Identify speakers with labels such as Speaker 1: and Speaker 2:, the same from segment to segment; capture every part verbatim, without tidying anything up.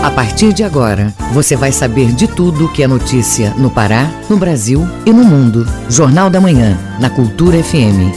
Speaker 1: A partir de agora, você vai saber de tudo que é notícia no Pará, no Brasil e no mundo. Jornal da Manhã, na Cultura F M.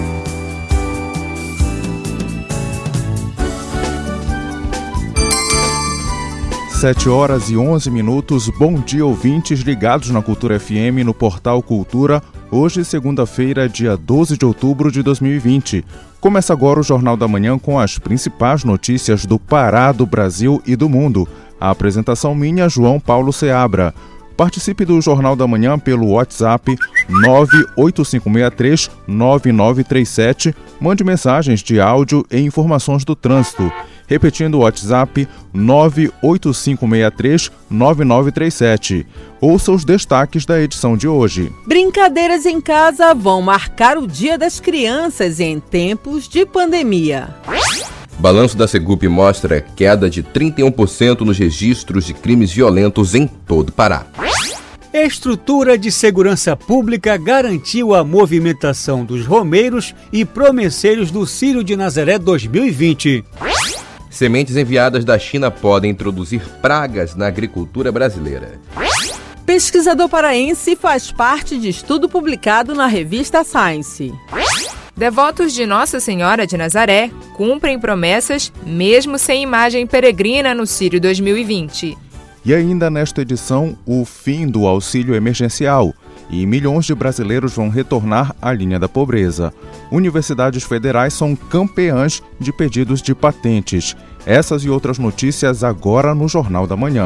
Speaker 2: sete horas e onze minutos. Bom dia, ouvintes ligados na Cultura F M no Portal Cultura. Hoje, segunda-feira, dia doze de outubro de dois mil e vinte. Começa agora o Jornal da Manhã com as principais notícias do Pará, do Brasil e do mundo. A apresentação minha, João Paulo Seabra. Participe do Jornal da Manhã pelo WhatsApp nove oito cinco seis três nove nove três sete. Mande mensagens de áudio e informações do trânsito. Repetindo o WhatsApp nove oito cinco seis três nove nove três sete. Ouça os destaques da edição de hoje.
Speaker 3: Brincadeiras em casa vão marcar o Dia das Crianças em tempos de pandemia.
Speaker 4: Balanço da Segup mostra queda de trinta e um por cento nos registros de crimes violentos em todo o Pará.
Speaker 5: Estrutura de segurança pública garantiu a movimentação dos romeiros e promesseiros do Círio de Nazaré dois mil e vinte.
Speaker 4: Sementes enviadas da China podem introduzir pragas na agricultura brasileira.
Speaker 3: Pesquisador paraense faz parte de estudo publicado na revista Science.
Speaker 6: Devotos de Nossa Senhora de Nazaré cumprem promessas mesmo sem imagem peregrina no Círio dois mil e vinte.
Speaker 2: E ainda nesta edição, o fim do auxílio emergencial. E milhões de brasileiros vão retornar à linha da pobreza. Universidades federais são campeãs de pedidos de patentes. Essas e outras notícias agora no Jornal da Manhã.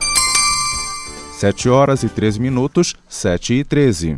Speaker 2: sete horas e treze minutos, sete e treze.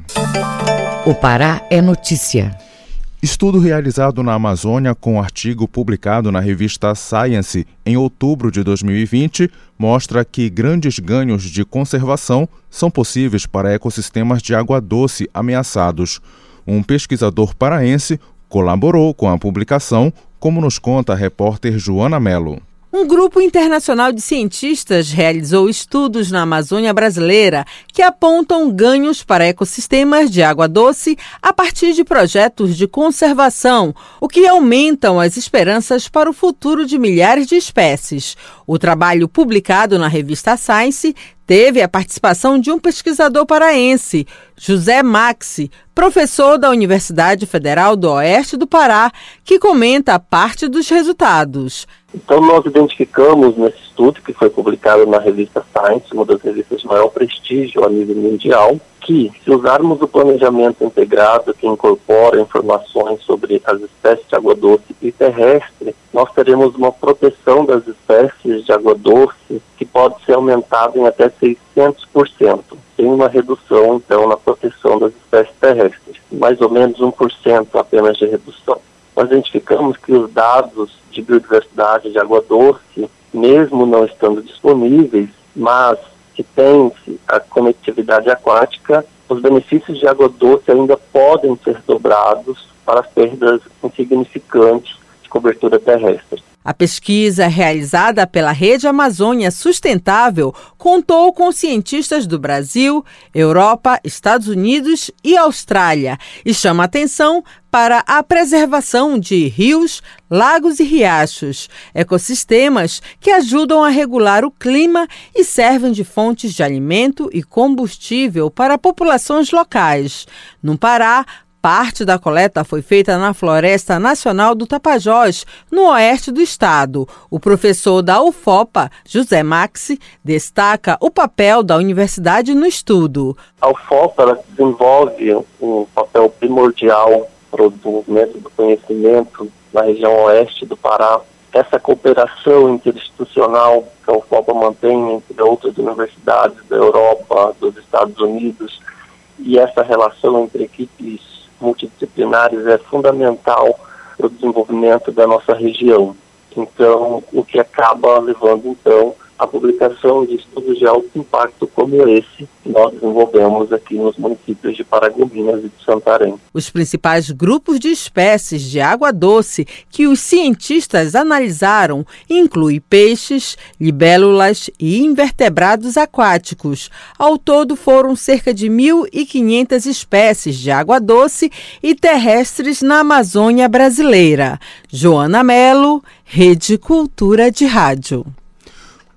Speaker 1: O Pará é notícia.
Speaker 2: Estudo realizado na Amazônia com artigo publicado na revista Science em outubro de dois mil e vinte mostra que grandes ganhos de conservação são possíveis para ecossistemas de água doce ameaçados. Um pesquisador paraense colaborou com a publicação, como nos conta a repórter Joana Mello.
Speaker 3: Um grupo internacional de cientistas realizou estudos na Amazônia brasileira que apontam ganhos para ecossistemas de água doce a partir de projetos de conservação, o que aumentam as esperanças para o futuro de milhares de espécies. O trabalho publicado na revista Science teve a participação de um pesquisador paraense, José Maxi, professor da Universidade Federal do Oeste do Pará, que comenta parte dos resultados.
Speaker 7: Então nós identificamos nesse estudo, que foi publicado na revista Science, uma das revistas de maior prestígio a nível mundial, que se usarmos o planejamento integrado que incorpora informações sobre as espécies de água doce e terrestre, nós teremos uma proteção das espécies de água doce que pode ser aumentada em até seiscentos por cento. Tem uma redução, então, na proteção das espécies terrestres, mais ou menos um por cento apenas de redução. Nós identificamos que os dados de biodiversidade de água doce, mesmo não estando disponíveis, mas que tem-se a conectividade aquática, os benefícios de água doce ainda podem ser dobrados para as perdas insignificantes de cobertura terrestre.
Speaker 3: A pesquisa realizada pela Rede Amazônia Sustentável contou com cientistas do Brasil, Europa, Estados Unidos e Austrália e chama atenção para a preservação de rios, lagos e riachos, ecossistemas que ajudam a regular o clima e servem de fontes de alimento e combustível para populações locais. No Pará, parte da coleta foi feita na Floresta Nacional do Tapajós, no oeste do estado. O professor da U F O P A, José Maxi, destaca o papel da universidade no estudo.
Speaker 7: A U F O P A ela desenvolve um papel primordial para o desenvolvimento do conhecimento na região oeste do Pará. Essa cooperação interinstitucional que a U F O P A mantém entre outras universidades da Europa, dos Estados Unidos, e essa relação entre equipes multidisciplinares é fundamental para o desenvolvimento da nossa região. Então, o que acaba levando, então, a publicação de estudos de alto impacto como esse que nós desenvolvemos aqui nos municípios de Paragominas e de Santarém.
Speaker 3: Os principais grupos de espécies de água doce que os cientistas analisaram incluem peixes, libélulas e invertebrados aquáticos. Ao todo foram cerca de mil e quinhentas espécies de água doce e terrestres na Amazônia brasileira. Joana Mello, Rede Cultura de Rádio.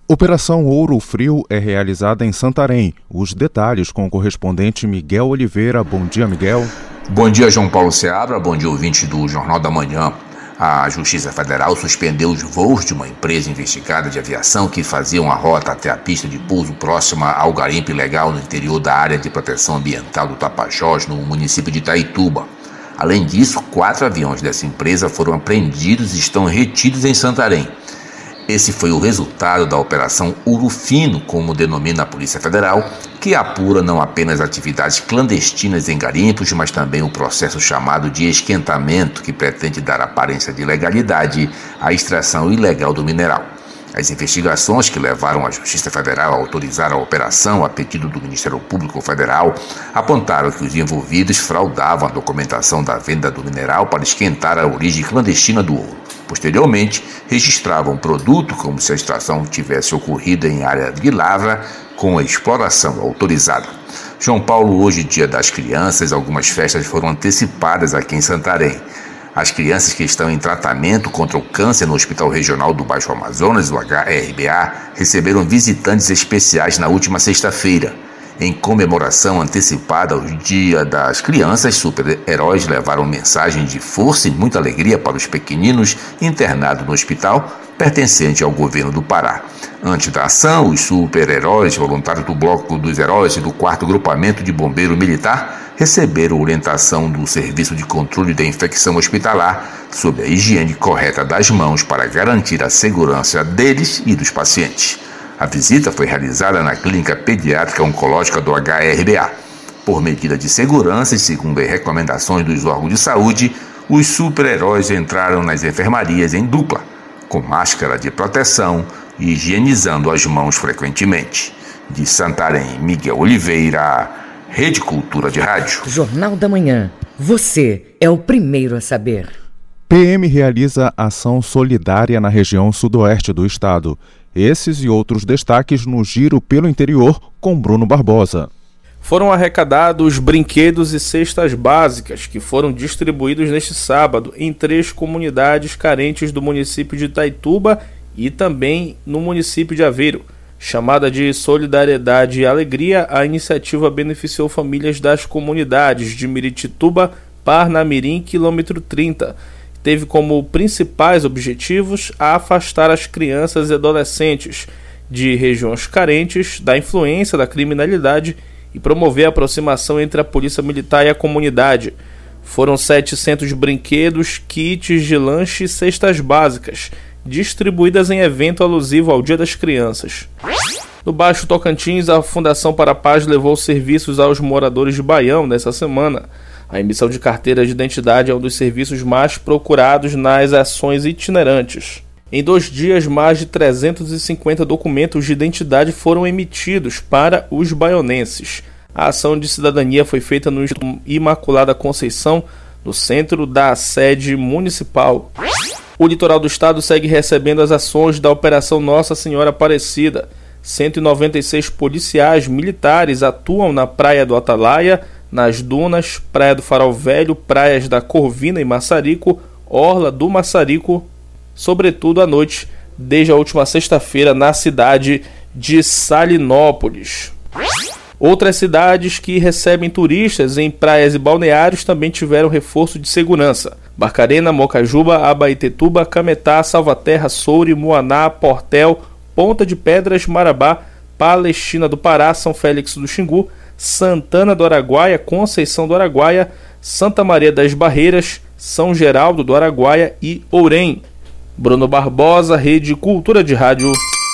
Speaker 2: Operação Ouro Frio é realizada em Santarém. Os detalhes com o correspondente Miguel Oliveira. Bom dia, Miguel.
Speaker 8: Bom dia, João Paulo Seabra. Bom dia, ouvinte do Jornal da Manhã. A Justiça Federal suspendeu os voos de uma empresa investigada de aviação que fazia uma rota até a pista de pouso próxima ao garimpo ilegal no interior da área de proteção ambiental do Tapajós, no município de Itaituba. Além disso, quatro aviões dessa empresa foram apreendidos e estão retidos em Santarém. Esse foi o resultado da Operação Ouro Fino, como denomina a Polícia Federal, que apura não apenas atividades clandestinas em garimpos, mas também o processo chamado de esquentamento, que pretende dar aparência de legalidade à extração ilegal do mineral. As investigações que levaram a Justiça Federal a autorizar a operação a pedido do Ministério Público Federal apontaram que os envolvidos fraudavam a documentação da venda do mineral para esquentar a origem clandestina do ouro. Posteriormente, registravam o produto como se a extração tivesse ocorrido em área de lavra com a exploração autorizada. João Paulo, hoje dia das crianças, algumas festas foram antecipadas aqui em Santarém. As crianças que estão em tratamento contra o câncer no Hospital Regional do Baixo Amazonas, o H R B A, receberam visitantes especiais na última sexta-feira. Em comemoração antecipada ao Dia das Crianças, super-heróis levaram mensagem de força e muita alegria para os pequeninos internados no hospital, pertencente ao governo do Pará. Antes da ação, os super-heróis, voluntários do Bloco dos Heróis e do quarto Grupamento de Bombeiro Militar, receberam orientação do Serviço de Controle da Infecção Hospitalar sobre a higiene correta das mãos para garantir a segurança deles e dos pacientes. A visita foi realizada na Clínica Pediátrica Oncológica do H R B A. Por medida de segurança e segundo as recomendações dos órgãos de saúde, os super-heróis entraram nas enfermarias em dupla, com máscara de proteção e higienizando as mãos frequentemente. De Santarém, Miguel Oliveira, Rede Cultura de Rádio.
Speaker 1: Jornal da Manhã. Você é o primeiro a saber.
Speaker 2: P M realiza ação solidária na região sudoeste do estado. Esses e outros destaques no Giro pelo Interior com Bruno Barbosa.
Speaker 9: Foram arrecadados brinquedos e cestas básicas que foram distribuídos neste sábado em três comunidades carentes do município de Itaituba e também no município de Aveiro. Chamada de Solidariedade e Alegria, a iniciativa beneficiou famílias das comunidades de Miritituba, Parnamirim, quilômetro trinta. Teve como principais objetivos a afastar as crianças e adolescentes de regiões carentes da influência da criminalidade e promover a aproximação entre a polícia militar e a comunidade. Foram setecentos brinquedos, kits de lanche e cestas básicas, distribuídas em evento alusivo ao Dia das Crianças. No Baixo Tocantins, a Fundação para a Paz levou serviços aos moradores de Baião nessa semana. A emissão de carteira de identidade é um dos serviços mais procurados nas ações itinerantes. Em dois dias, mais de trezentos e cinquenta documentos de identidade foram emitidos para os baionenses. A ação de cidadania foi feita no Instituto Imaculada Conceição, no centro da sede municipal. O litoral do estado segue recebendo as ações da Operação Nossa Senhora Aparecida. cento e noventa e seis policiais militares atuam na Praia do Atalaia, nas Dunas, Praia do Farol Velho, praias da Corvina e Massarico, Orla do Massarico, sobretudo à noite, desde a última sexta-feira na cidade de Salinópolis. Outras cidades que recebem turistas em praias e balneários também tiveram reforço de segurança. Barcarena, Mocajuba, Abaetetuba, Cametá, Salvaterra, Soure, Moaná, Portel, Ponta de Pedras, Marabá, Palestina do Pará, São Félix do Xingu, Santana do Araguaia, Conceição do Araguaia, Santa Maria das Barreiras, São Geraldo do Araguaia e Ourém. Bruno Barbosa, Rede Cultura de Rádio.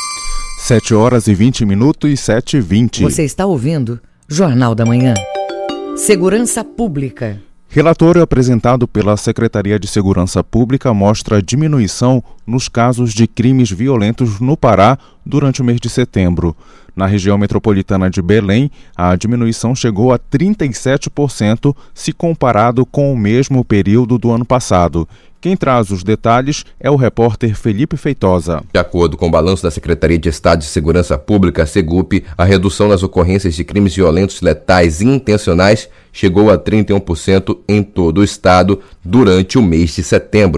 Speaker 2: sete horas e vinte minutos e sete e vinte.
Speaker 1: Você está ouvindo Jornal da Manhã. Segurança Pública.
Speaker 2: Relatório apresentado pela Secretaria de Segurança Pública mostra diminuição nos casos de crimes violentos no Pará durante o mês de setembro. Na região metropolitana de Belém, a diminuição chegou a trinta e sete por cento se comparado com o mesmo período do ano passado. Quem traz os detalhes é o repórter Felipe Feitosa.
Speaker 4: De acordo com o balanço da Secretaria de Estado de Segurança Pública, SEGUP, a redução nas ocorrências de crimes violentos letais e intencionais chegou a trinta e um por cento em todo o estado durante o mês de setembro.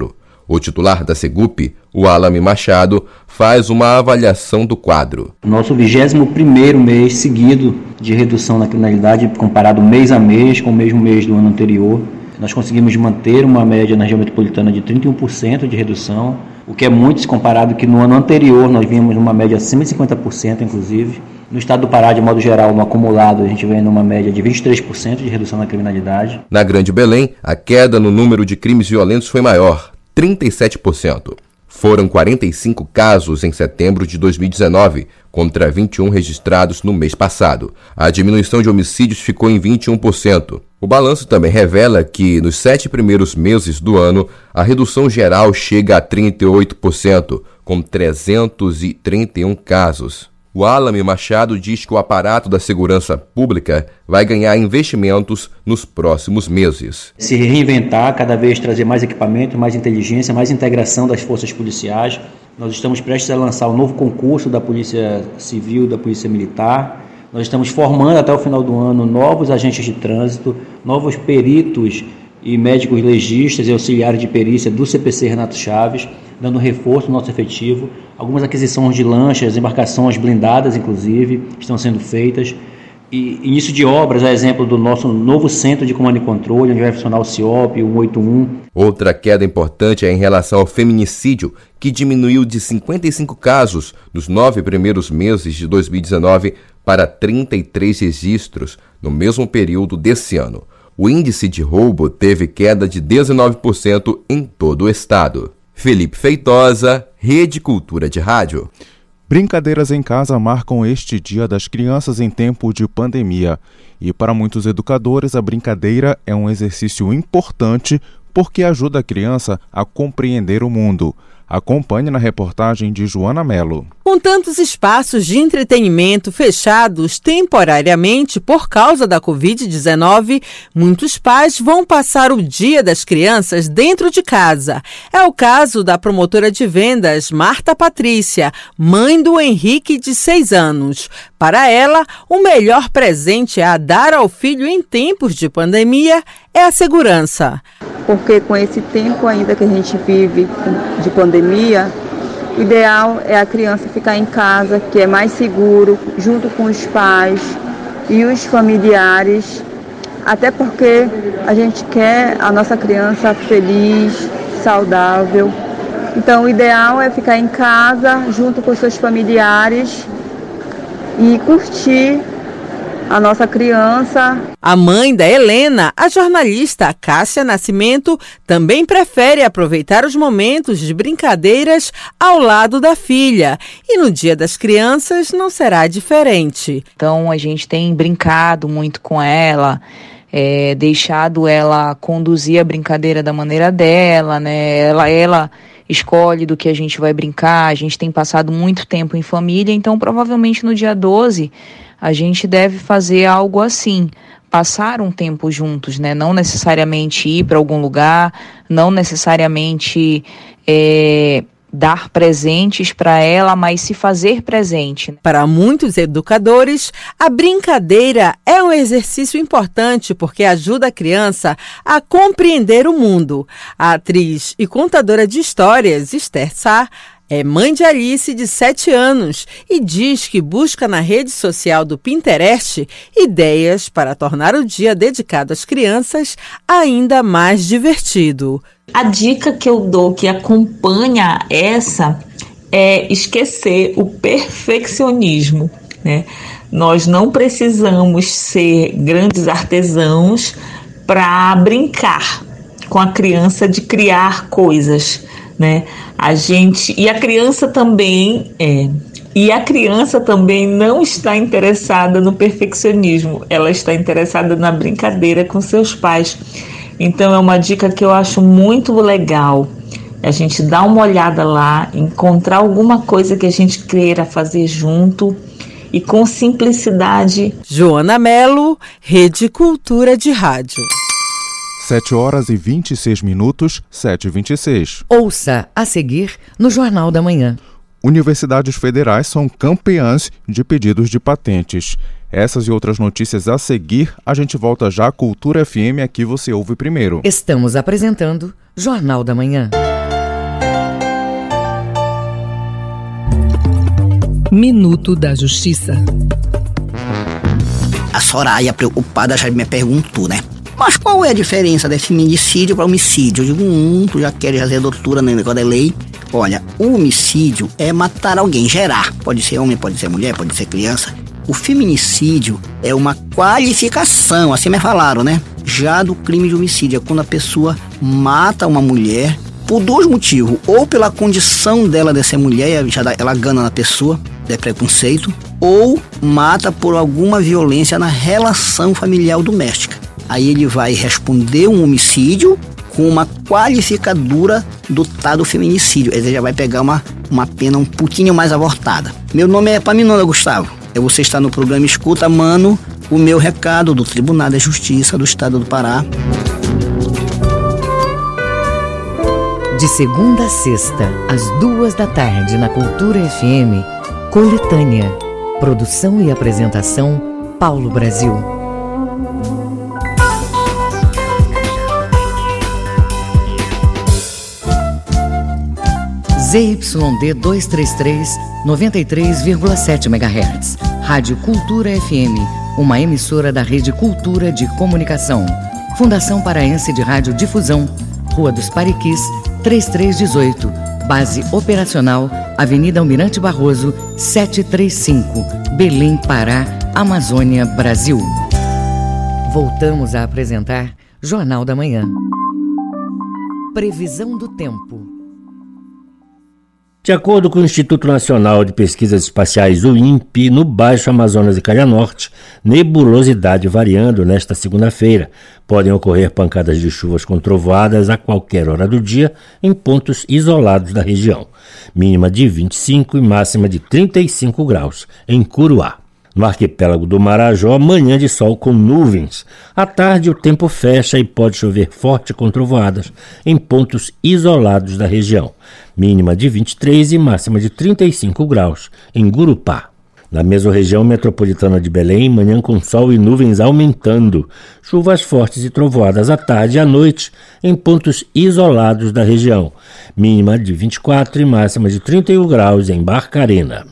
Speaker 4: O titular da Segup, o Alame Machado, faz uma avaliação do quadro.
Speaker 10: Nosso vigésimo primeiro mês seguido de redução na criminalidade, comparado mês a mês com o mesmo mês do ano anterior, nós conseguimos manter uma média na região metropolitana de trinta e um por cento de redução, o que é muito se comparado que no ano anterior nós vimos uma média acima de cinquenta por cento, inclusive. No estado do Pará, de modo geral, no acumulado, a gente vem numa média de vinte e três por cento de redução na criminalidade. Na Grande Belém, a queda no número de crimes violentos foi maior, trinta e sete por cento. Foram quarenta e cinco casos em setembro de dois mil e dezenove, contra vinte e um registrados no mês passado. A diminuição de homicídios ficou em vinte e um por cento. O balanço também revela que, nos sete primeiros meses do ano, a redução geral chega a trinta e oito por cento, com trezentos e trinta e um casos. O Alame Machado diz que o aparato da segurança pública vai ganhar investimentos nos próximos meses. Se reinventar, cada vez trazer mais equipamento, mais inteligência, mais integração das forças policiais. Nós estamos prestes a lançar um novo concurso da Polícia Civil, da Polícia Militar. Nós estamos formando até o final do ano novos agentes de trânsito, novos peritos e médicos legistas e auxiliares de perícia do C P C Renato Chaves, dando reforço no nosso efetivo. Algumas aquisições de lanchas, embarcações blindadas, inclusive, estão sendo feitas. E início de obras, a exemplo do nosso novo centro de comando e controle, onde vai funcionar o C I O P, o cento e oitenta e um. Outra queda importante é em relação ao feminicídio, que diminuiu de cinquenta e cinco casos nos nove primeiros meses de dois mil e dezenove para trinta e três registros no mesmo período desse ano. O índice de roubo teve queda de dezenove por cento em todo o estado. Felipe Feitosa, Rede Cultura de Rádio.
Speaker 2: Brincadeiras em casa marcam este Dia das Crianças em tempo de pandemia. E para muitos educadores, a brincadeira é um exercício importante porque ajuda a criança a compreender o mundo. Acompanhe na reportagem de Joana Mello.
Speaker 3: Com tantos espaços de entretenimento fechados temporariamente por causa da covid dezenove, muitos pais vão passar o Dia das Crianças dentro de casa. É o caso da promotora de vendas Marta Patrícia, mãe do Henrique, de seis anos. Para ela, o melhor presente a dar ao filho em tempos de pandemia é a segurança.
Speaker 11: Porque com esse tempo ainda que a gente vive de pandemia, o ideal é a criança ficar em casa, que é mais seguro, junto com os pais e os familiares, até porque a gente quer a nossa criança feliz, saudável. Então o ideal é ficar em casa, junto com os seus familiares e curtir a nossa criança.
Speaker 3: A mãe da Helena, a jornalista Cássia Nascimento, também prefere aproveitar os momentos de brincadeiras ao lado da filha. E no Dia das Crianças não será diferente.
Speaker 12: Então a gente tem brincado muito com ela, é, deixado ela conduzir a brincadeira da maneira dela, né? Ela, ela escolhe do que a gente vai brincar, a gente tem passado muito tempo em família, então provavelmente no dia doze a gente deve fazer algo assim, passar um tempo juntos, né? Não necessariamente ir para algum lugar, não necessariamente é, dar presentes para ela, mas se fazer presente.
Speaker 3: Para muitos educadores, a brincadeira é um exercício importante porque ajuda a criança a compreender o mundo. A atriz e contadora de histórias, Esther Sá, é mãe de Alice, de sete anos, e diz que busca na rede social do Pinterest ideias para tornar o dia dedicado às crianças ainda mais divertido.
Speaker 13: A dica que eu dou, que acompanha essa, é esquecer o perfeccionismo, né? Nós não precisamos ser grandes artesãos para brincar com a criança de criar coisas, né? A gente e a criança também é e a criança também não está interessada no perfeccionismo, ela está interessada na brincadeira com seus pais. Então é uma dica que eu acho muito legal, a gente dar uma olhada lá, encontrar alguma coisa que a gente queira fazer junto e com simplicidade.
Speaker 3: Joana Mello, Rede Cultura de Rádio.
Speaker 2: sete horas e vinte e seis minutos, sete e vinte e seis.
Speaker 1: Ouça a seguir no Jornal da Manhã.
Speaker 2: Universidades federais são campeãs de pedidos de patentes. Essas e outras notícias a seguir, a gente volta já à Cultura F M, aqui você ouve primeiro.
Speaker 1: Estamos apresentando Jornal da Manhã.
Speaker 14: Minuto da Justiça.
Speaker 15: A Soraya, preocupada, já me perguntou, né? Mas qual é a diferença de feminicídio para homicídio? Eu digo, hum, tu já queres fazer doutora no negócio da lei? Olha, o homicídio é matar alguém, gerar. Pode ser homem, pode ser mulher, pode ser criança. O feminicídio é uma qualificação, assim me falaram, né? Já do crime de homicídio, é quando a pessoa mata uma mulher por dois motivos. Ou pela condição dela de ser mulher, já dá, ela gana na pessoa, é preconceito. Ou mata por alguma violência na relação familiar doméstica. Aí ele vai responder um homicídio com uma qualificadora do tal do feminicídio. Ele já vai pegar uma, uma pena um pouquinho mais avortada. Meu nome é Paminonda Gustavo. É você está no programa Escuta, Mano, o meu recado do Tribunal de Justiça do Estado do Pará.
Speaker 1: De segunda a sexta, às duas da tarde, na Cultura F M, Coletânea. Produção e apresentação, Paulo Brasil. Z Y D duzentos e trinta e três, noventa e três vírgula sete megahertz. Rádio Cultura F M, uma emissora da Rede Cultura de Comunicação. Fundação Paraense de Radiodifusão, Rua dos Pariquis, trinta e três dezoito. Base operacional, Avenida Almirante Barroso, setecentos e trinta e cinco, Belém, Pará, Amazônia, Brasil. Voltamos a apresentar Jornal da Manhã. Previsão do tempo.
Speaker 16: De acordo com o Instituto Nacional de Pesquisas Espaciais, o INPE, no Baixo Amazonas e Calha Norte, nebulosidade variando nesta segunda-feira. Podem ocorrer pancadas de chuvas com trovoadas a qualquer hora do dia em pontos isolados da região. Mínima de vinte e cinco e máxima de trinta e cinco graus em Curuá. No arquipélago do Marajó, manhã de sol com nuvens. À tarde o tempo fecha e pode chover forte com trovoadas em pontos isolados da região. Mínima de vinte e três e máxima de trinta e cinco graus em Gurupá. Na mesorregião metropolitana de Belém, manhã com sol e nuvens aumentando. Chuvas fortes e trovoadas à tarde e à noite em pontos isolados da região. Mínima de vinte e quatro e máxima de trinta e um graus em Barcarena.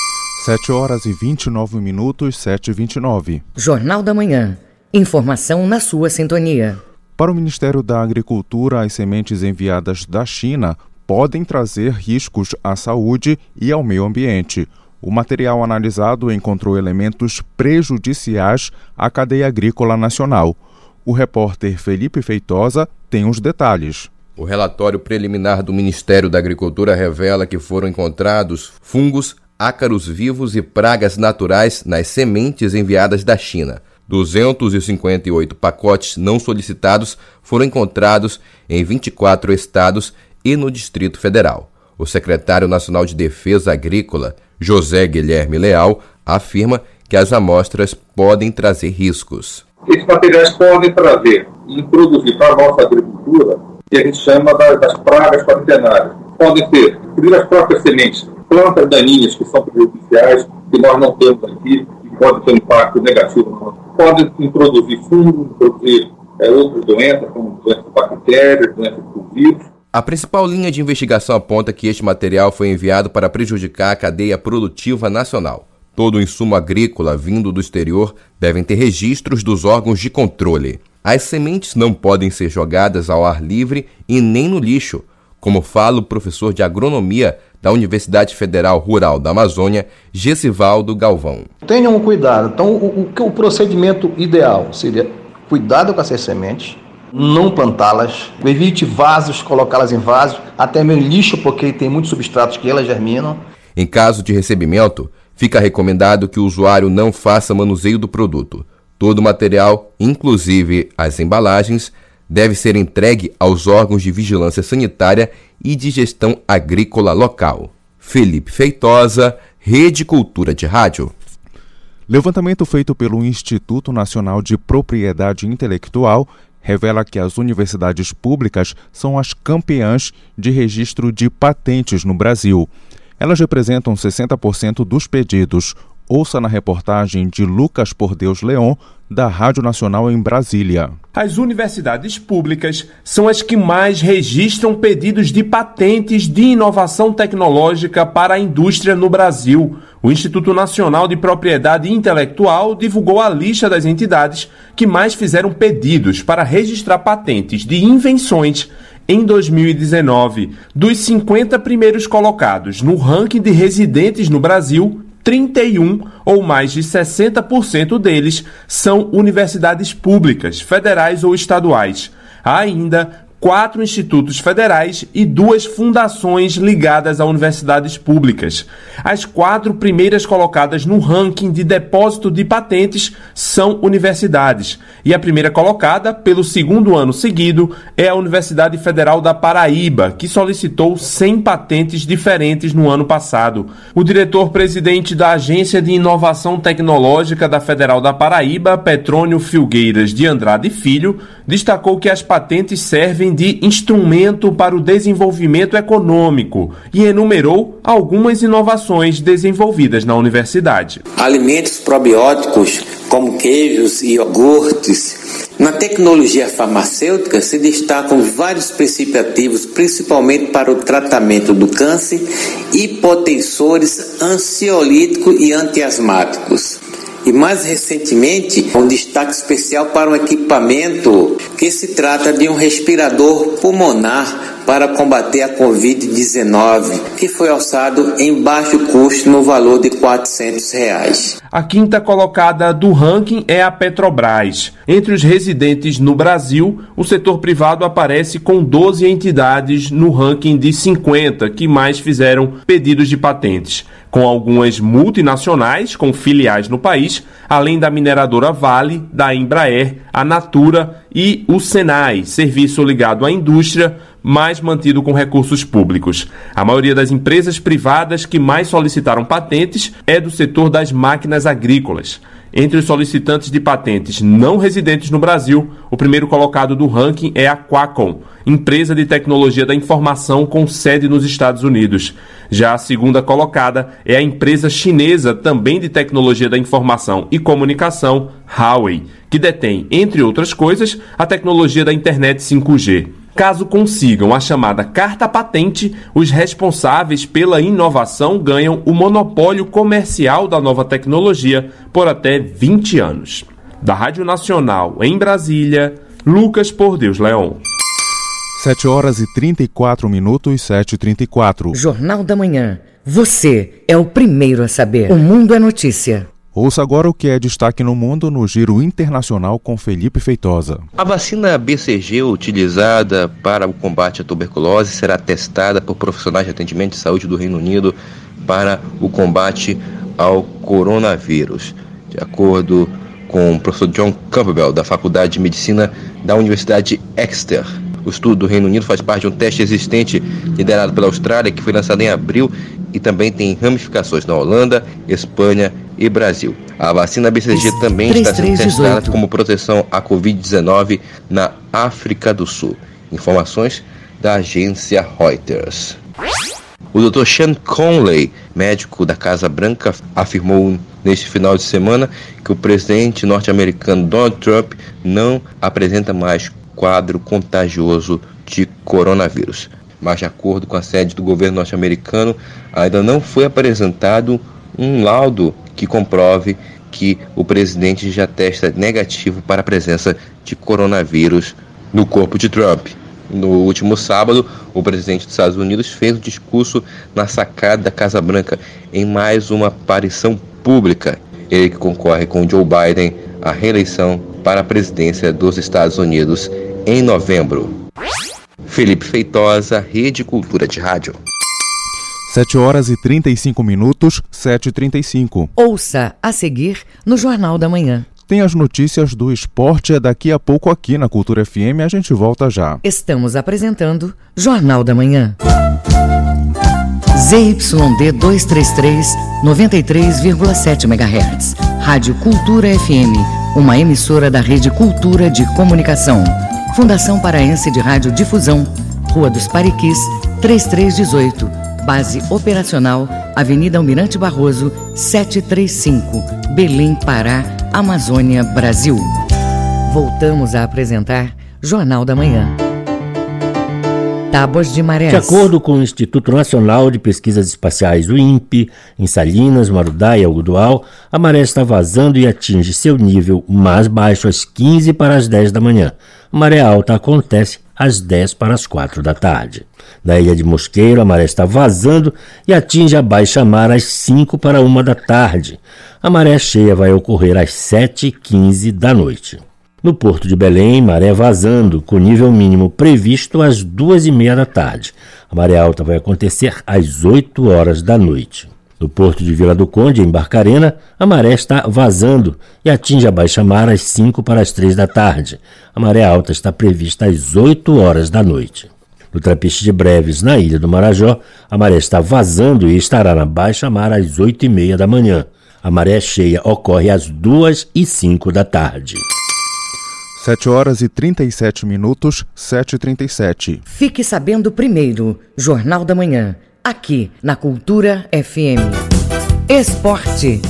Speaker 2: sete horas e vinte e nove minutos, sete e vinte e nove.
Speaker 1: Jornal da Manhã. Informação na sua sintonia.
Speaker 2: Para o Ministério da Agricultura, as sementes enviadas da China podem trazer riscos à saúde e ao meio ambiente. O material analisado encontrou elementos prejudiciais à cadeia agrícola nacional. O repórter Felipe Feitosa tem os detalhes.
Speaker 4: O relatório preliminar do Ministério da Agricultura revela que foram encontrados fungos, ácaros vivos e pragas naturais nas sementes enviadas da China. duzentos e cinquenta e oito pacotes não solicitados foram encontrados em vinte e quatro estados e no Distrito Federal. O secretário nacional de Defesa Agrícola, José Guilherme Leal, afirma que as amostras podem trazer riscos.
Speaker 17: Esses materiais podem trazer e introduzir para a nossa agricultura o que a gente chama das, das pragas quaternárias. Podem ser, primeiro, as próprias sementes, plantas daninhas que são prejudiciais, que nós não temos aqui, e podem ter um impacto negativo. Podem introduzir fungos, introduzir é, outras doenças, como doenças bactérias, doenças por vírus.
Speaker 4: A principal linha de investigação aponta que este material foi enviado para prejudicar a cadeia produtiva nacional. Todo o insumo agrícola vindo do exterior devem ter registros dos órgãos de controle. As sementes não podem ser jogadas ao ar livre e nem no lixo, como fala o professor de agronomia da Universidade Federal Rural da Amazônia, Gesivaldo Galvão.
Speaker 18: Tenham cuidado. Então, o, o, o procedimento ideal seria cuidado com essas sementes, não plantá-las, evite vasos, colocá-las em vasos, até mesmo lixo, porque tem muitos substratos que elas germinam.
Speaker 4: Em caso de recebimento, fica recomendado que o usuário não faça manuseio do produto. Todo o material, inclusive as embalagens, deve ser entregue aos órgãos de vigilância sanitária e de gestão agrícola local. Felipe Feitosa, Rede Cultura de Rádio.
Speaker 2: Levantamento feito pelo Instituto Nacional de Propriedade Intelectual revela que as universidades públicas são as campeãs de registro de patentes no Brasil. Elas representam sessenta por cento dos pedidos. Ouça na reportagem de Lucas Por Deus Leon, da Rádio Nacional em Brasília.
Speaker 19: As universidades públicas são as que mais registram pedidos de patentes de inovação tecnológica para a indústria no Brasil. O Instituto Nacional de Propriedade Intelectual divulgou a lista das entidades que mais fizeram pedidos para registrar patentes de invenções em dois mil e dezenove. Dos cinquenta primeiros colocados no ranking de residentes no Brasil, trinta e um, ou mais de sessenta por cento deles, são universidades públicas, federais ou estaduais. Há ainda quatro institutos federais e duas fundações ligadas a universidades públicas. As quatro primeiras colocadas no ranking de depósito de patentes são universidades. E a primeira colocada, pelo segundo ano seguido, é a Universidade Federal da Paraíba, que solicitou cem patentes diferentes no ano passado. O diretor-presidente da Agência de Inovação Tecnológica da Federal da Paraíba, Petrônio Filgueiras de Andrade Filho, destacou que as patentes servem de instrumento para o desenvolvimento econômico e enumerou algumas inovações desenvolvidas na universidade.
Speaker 20: Alimentos probióticos, como queijos e iogurtes. Na tecnologia farmacêutica se destacam vários princípios ativos, principalmente para o tratamento do câncer, hipotensores, ansiolíticos e antiasmáticos. E mais recentemente, um destaque especial para um equipamento que se trata de um respirador pulmonar para combater a covid dezenove, que foi alçado em baixo custo no valor de quatrocentos reais.
Speaker 19: A quinta colocada do ranking é a Petrobras. Entre os residentes no Brasil, o setor privado aparece com doze entidades no ranking de cinquenta que mais fizeram pedidos de patentes, com algumas multinacionais com filiais no país, além da mineradora Vale, da Embraer, a Natura e o Senai, serviço ligado à indústria, mas mantido com recursos públicos. A maioria das empresas privadas que mais solicitaram patentes é do setor das máquinas agrícolas. Entre os solicitantes de patentes não residentes no Brasil, o primeiro colocado do ranking é a Qualcomm, empresa de tecnologia da informação com sede nos Estados Unidos. Já a segunda colocada é a empresa chinesa, também de tecnologia da informação e comunicação, Huawei, que detém, entre outras coisas, a tecnologia da internet cinco G. Caso consigam a chamada carta patente, os responsáveis pela inovação ganham o monopólio comercial da nova tecnologia por até vinte anos. Da Rádio Nacional em Brasília, Lucas Por Deus Leon.
Speaker 2: sete horas e trinta e quatro minutos, sete e trinta e quatro.
Speaker 1: Jornal da Manhã. Você é o primeiro a saber. O Mundo é Notícia.
Speaker 2: Ouça agora o que é destaque no mundo no Giro Internacional com Felipe Feitosa.
Speaker 4: A vacina B C G utilizada para o combate à tuberculose será testada por profissionais de atendimento de saúde do Reino Unido para o combate ao coronavírus. De acordo com o professor John Campbell, da Faculdade de Medicina da Universidade Exeter. O estudo do Reino Unido faz parte de um teste existente liderado pela Austrália, que foi lançado em abril e também tem ramificações na Holanda, Espanha e Brasil. A vacina B C G também está sendo testada como proteção à covid dezenove na África do Sul. Informações da agência Reuters. O doutor Sean Conley, médico da Casa Branca, afirmou neste final de semana que o presidente norte-americano Donald Trump não apresenta mais quadro contagioso de coronavírus. Mas, de acordo com a sede do governo norte-americano, ainda não foi apresentado um laudo que comprove que o presidente já testa negativo para a presença de coronavírus no corpo de Trump. No último sábado, o presidente dos Estados Unidos fez um discurso na sacada da Casa Branca em mais uma aparição pública. Ele que concorre com Joe Biden à reeleição para a presidência dos Estados Unidos em novembro. Felipe Feitosa, Rede Cultura de Rádio.
Speaker 2: sete horas e trinta e cinco minutos, sete e trinta e cinco.
Speaker 1: Ouça a seguir no Jornal da Manhã.
Speaker 2: Tem as notícias do esporte, é daqui a pouco aqui na Cultura F M, a gente volta já.
Speaker 1: Estamos apresentando Jornal da Manhã. Z Y D duzentos e trinta e três, noventa e três vírgula sete megahertz. Rádio Cultura F M, uma emissora da Rede Cultura de Comunicação. Fundação Paraense de Rádio Difusão, Rua dos Pariquis, trinta e três dezoito. Base operacional, Avenida Almirante Barroso, setecentos e trinta e cinco, Belém, Pará, Amazônia, Brasil. Voltamos a apresentar Jornal da Manhã. Tábuas de marés.
Speaker 16: De acordo com o Instituto Nacional de Pesquisas Espaciais, o INPE, em Salinas, Marudá e Algodoal, a maré está vazando e atinge seu nível mais baixo às quinze para as dez da manhã. A maré alta acontece às dez para as quatro da tarde. Na Ilha de Mosqueiro, a maré está vazando e atinge a baixa mar às cinco para uma da tarde. A maré cheia vai ocorrer às sete e quinze da noite. No Porto de Belém, maré vazando, com nível mínimo previsto às duas e meia da tarde. A maré alta vai acontecer às oito horas da noite. No Porto de Vila do Conde, em Barcarena, a maré está vazando e atinge a baixa mar às cinco para as três da tarde. A maré alta está prevista às oito horas da noite. No Trapiche de Breves, na Ilha do Marajó, a maré está vazando e estará na baixa mar às oito e meia da manhã. A maré cheia ocorre às duas e cinco da tarde.
Speaker 2: sete horas e trinta e sete minutos, sete e trinta e sete.
Speaker 1: Fique sabendo primeiro, Jornal da Manhã, aqui na Cultura F M. Esporte.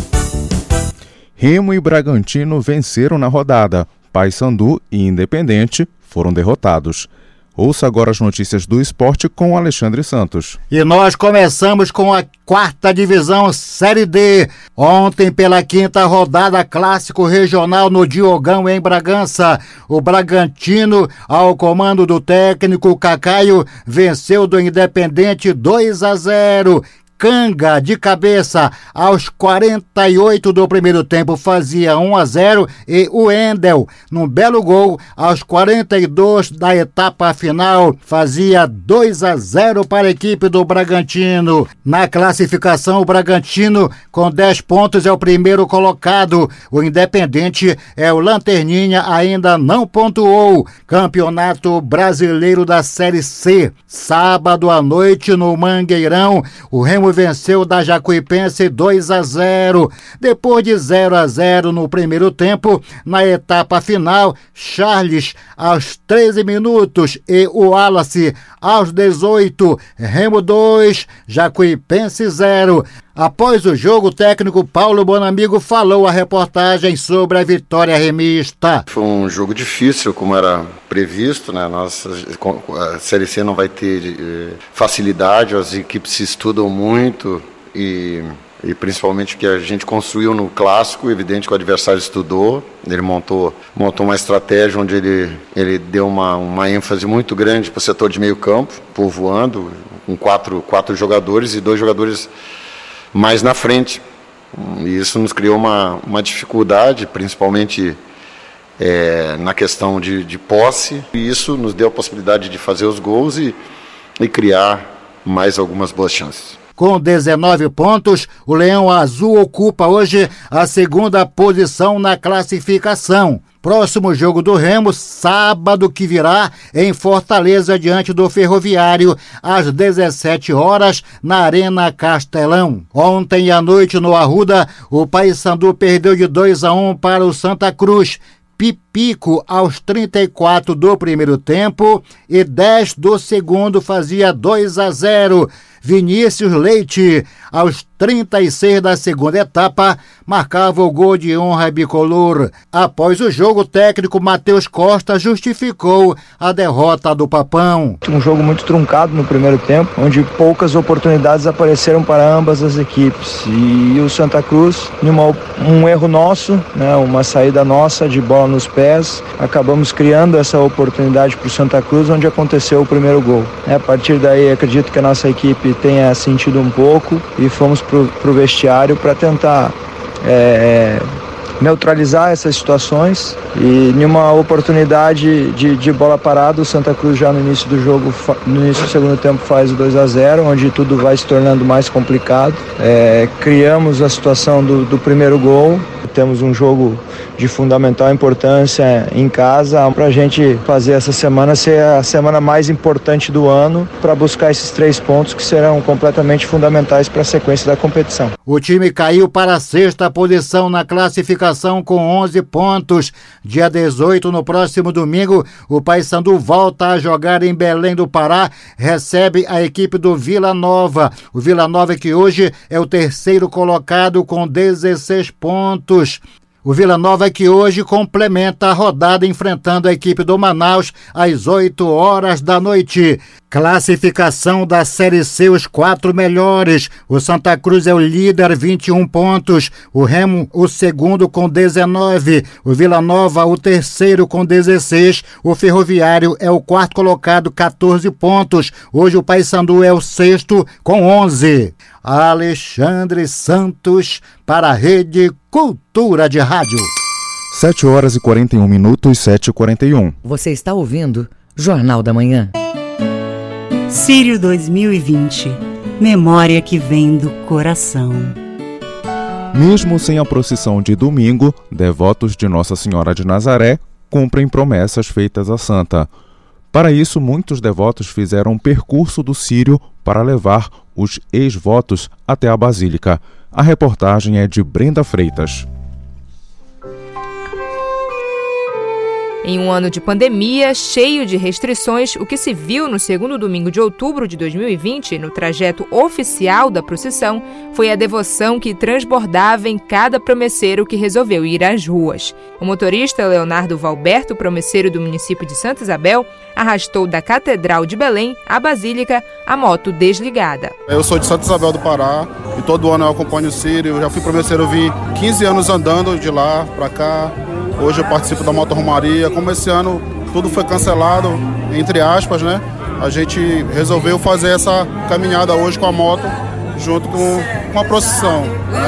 Speaker 2: Remo e Bragantino venceram na rodada. Paysandu e Independente foram derrotados. Ouça agora as notícias do esporte com Alexandre Santos.
Speaker 21: E nós começamos com a quarta divisão Série D. Ontem, pela quinta rodada, clássico regional no Diogão, em Bragança. O Bragantino, ao comando do técnico Cacaio, venceu do Independente dois a zero. Canga, de cabeça, aos quarenta e oito do primeiro tempo, fazia um a zero, e o Endel, num belo gol, aos quarenta e dois da etapa final, fazia dois a zero para a equipe do Bragantino. Na classificação, o Bragantino, com dez pontos, é o primeiro colocado. O Independente é o lanterninha, ainda não pontuou. Campeonato Brasileiro da Série C. Sábado à noite, no Mangueirão, o Remo venceu da Jacuipense dois a zero. Depois de zero a zero no primeiro tempo, na etapa final, Charles aos treze minutos e o Wallace aos dezoito. Remo dois, Jacuipense zero. Após o jogo, o técnico Paulo Bonamigo falou à reportagem sobre a vitória remista.
Speaker 22: Foi um jogo difícil, como era previsto, né? Nossa, a Série C não vai ter eh, facilidade, as equipes se estudam muito e, e principalmente que a gente construiu no clássico, evidente que o adversário estudou, ele montou, montou uma estratégia onde ele, ele deu uma, uma ênfase muito grande para o setor de meio campo, povoando, com quatro, quatro jogadores e dois jogadores mais na frente, e isso nos criou uma, uma dificuldade, principalmente é, na questão de, de posse, e isso nos deu a possibilidade de fazer os gols e, e criar mais algumas boas chances.
Speaker 21: Com dezenove pontos, o Leão Azul ocupa hoje a segunda posição na classificação. Próximo jogo do Remo, sábado que virá, em Fortaleza, diante do Ferroviário, às dezessete horas, na Arena Castelão. Ontem à noite, no Arruda, o Paysandu perdeu de dois a um para o Santa Cruz. Pipico aos trinta e quatro do primeiro tempo e dez do segundo fazia dois a zero. Vinícius Leite, aos trinta e seis da segunda etapa, marcava o gol de honra bicolor. Após o jogo, o técnico Matheus Costa justificou a derrota do Papão.
Speaker 23: Um jogo muito truncado no primeiro tempo, onde poucas oportunidades apareceram para ambas as equipes. E o Santa Cruz, numa, um erro nosso, né, uma saída nossa de bola nos pés, acabamos criando essa oportunidade para o Santa Cruz, onde aconteceu o primeiro gol. A partir daí, acredito que a nossa equipe tenha sentido um pouco e fomos para o vestiário para tentar é, neutralizar essas situações, e numa oportunidade de, de bola parada, o Santa Cruz já no início do jogo, no início do segundo tempo, faz o dois a zero, onde tudo vai se tornando mais complicado. É, criamos a situação do, do primeiro gol, temos um jogo de fundamental importância em casa para a gente fazer essa semana ser a semana mais importante do ano, para buscar esses três pontos que serão completamente fundamentais para a sequência da competição.
Speaker 21: O time caiu para a sexta posição na classificação com onze pontos. Dia dezoito, no próximo domingo, o Paysandu volta a jogar em Belém do Pará, recebe a equipe do Vila Nova. O Vila Nova, que hoje é o terceiro colocado com dezesseis pontos. O Vila Nova que hoje complementa a rodada enfrentando a equipe do Manaus às oito horas da noite. Classificação da Série C, os quatro melhores. O Santa Cruz é o líder, vinte e um pontos. O Remo, o segundo, com dezenove. O Vila Nova, o terceiro, com dezesseis. O Ferroviário é o quarto colocado, quatorze pontos. Hoje o Paysandu é o sexto, com onze. Alexandre Santos para a Rede Cultura de Rádio.
Speaker 2: sete horas e quarenta e um minutos, sete e quarenta e um.
Speaker 1: Você está ouvindo Jornal da Manhã.
Speaker 5: Sírio dois mil e vinte. Memória que vem do coração.
Speaker 2: Mesmo sem a procissão de domingo, devotos de Nossa Senhora de Nazaré cumprem promessas feitas à santa. Para isso, muitos devotos fizeram um percurso do Sírio para levar os ex-votos até a Basílica. A reportagem é de Brenda Freitas.
Speaker 6: Em um ano de pandemia, cheio de restrições, o que se viu no segundo domingo de outubro de dois mil e vinte, no trajeto oficial da procissão, foi a devoção que transbordava em cada promesseiro que resolveu ir às ruas. O motorista Leonardo Valberto, promesseiro do município de Santa Isabel, arrastou da Catedral de Belém à Basílica a moto desligada.
Speaker 7: Eu sou de Santa Isabel do Pará e todo ano eu acompanho o Sírio. Eu já fui promesseiro, eu vim quinze anos andando de lá para cá. Hoje eu participo da Moto Romaria. Como esse ano tudo foi cancelado, entre aspas, né? A gente resolveu fazer essa caminhada hoje com a moto, junto com, com a procissão,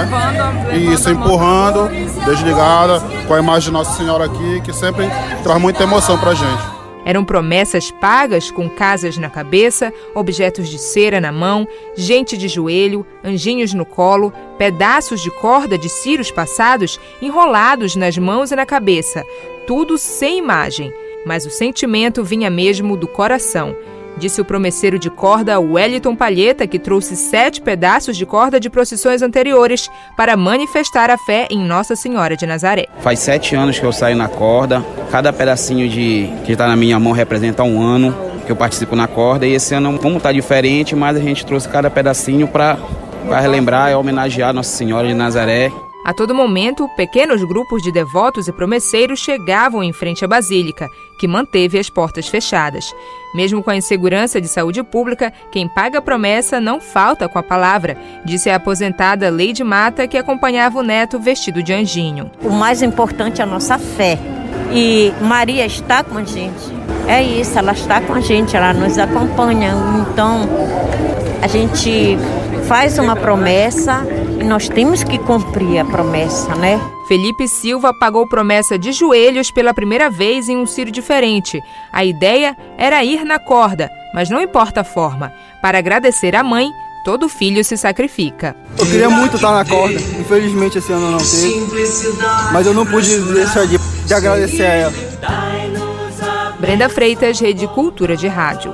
Speaker 7: né? E isso, empurrando, desligada, com a imagem de Nossa Senhora aqui, que sempre traz muita emoção pra gente.
Speaker 6: Eram promessas pagas com casas na cabeça, objetos de cera na mão, gente de joelho, anjinhos no colo, pedaços de corda de círios passados enrolados nas mãos e na cabeça. Tudo sem imagem, mas o sentimento vinha mesmo do coração. Disse o promesseiro de corda Wellington Palheta, que trouxe sete pedaços de corda de procissões anteriores para manifestar a fé em Nossa Senhora de Nazaré.
Speaker 24: Faz sete anos que eu saio na corda, cada pedacinho de que está na minha mão representa um ano que eu participo na corda, e esse ano, como está diferente, mas a gente trouxe cada pedacinho para relembrar e homenagear Nossa Senhora de Nazaré.
Speaker 6: A todo momento, pequenos grupos de devotos e promesseiros chegavam em frente à Basílica, que manteve as portas fechadas. Mesmo com a insegurança de saúde pública, quem paga a promessa não falta com a palavra, disse a aposentada Leide Mata, que acompanhava o neto vestido de anjinho.
Speaker 25: O mais importante é a nossa fé. E Maria está com a gente. É isso, ela está com a gente, ela nos acompanha. Então, a gente faz uma promessa e nós temos que cumprir a promessa, né?
Speaker 6: Felipe Silva pagou promessa de joelhos pela primeira vez em um círio diferente. A ideia era ir na corda, mas não importa a forma. Para agradecer à mãe, todo filho se sacrifica.
Speaker 26: Eu queria muito estar na corda, infelizmente esse ano não teve, mas eu não pude deixar de, de agradecer a ela.
Speaker 6: Brenda Freitas, Rede Cultura de Rádio.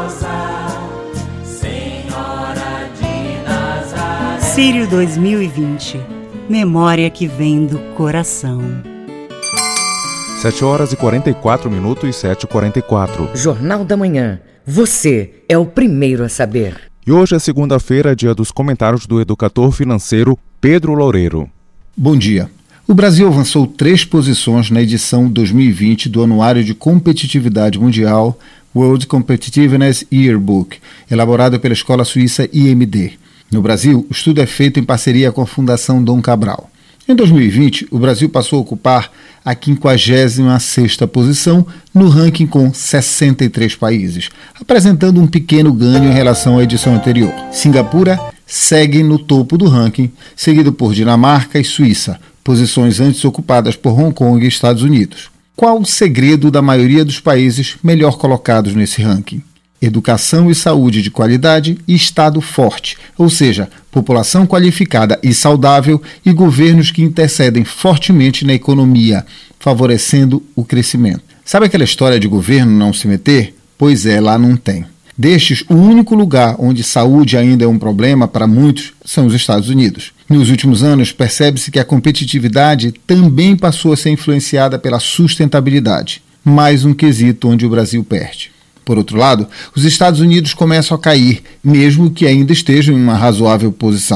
Speaker 5: Sírio dois mil e vinte. Memória que vem do coração.
Speaker 2: sete horas e quarenta e quatro minutos, sete e quarenta e quatro.
Speaker 1: Jornal da Manhã. Você é o primeiro a saber.
Speaker 2: E hoje é segunda-feira, dia dos comentários do educador financeiro Pedro Loureiro.
Speaker 27: Bom dia. O Brasil avançou três posições na edição dois mil e vinte do Anuário de Competitividade Mundial World Competitiveness Yearbook, elaborado pela escola suíça I M D. No Brasil, o estudo é feito em parceria com a Fundação Dom Cabral. Em dois mil e vinte, o Brasil passou a ocupar a quinquagésima sexta posição no ranking com sessenta e três países, apresentando um pequeno ganho em relação à edição anterior. Singapura segue no topo do ranking, seguido por Dinamarca e Suíça, posições antes ocupadas por Hong Kong e Estados Unidos. Qual o segredo da maioria dos países melhor colocados nesse ranking? Educação e saúde de qualidade e Estado forte, ou seja, população qualificada e saudável e governos que intercedem fortemente na economia, favorecendo o crescimento. Sabe aquela história de governo não se meter? Pois é, lá não tem. Destes, o único lugar onde saúde ainda é um problema para muitos são os Estados Unidos. Nos últimos anos, percebe-se que a competitividade também passou a ser influenciada pela sustentabilidade, mais um quesito onde o Brasil perde. Por outro lado, os Estados Unidos começam a cair, mesmo que ainda estejam em uma razoável posição.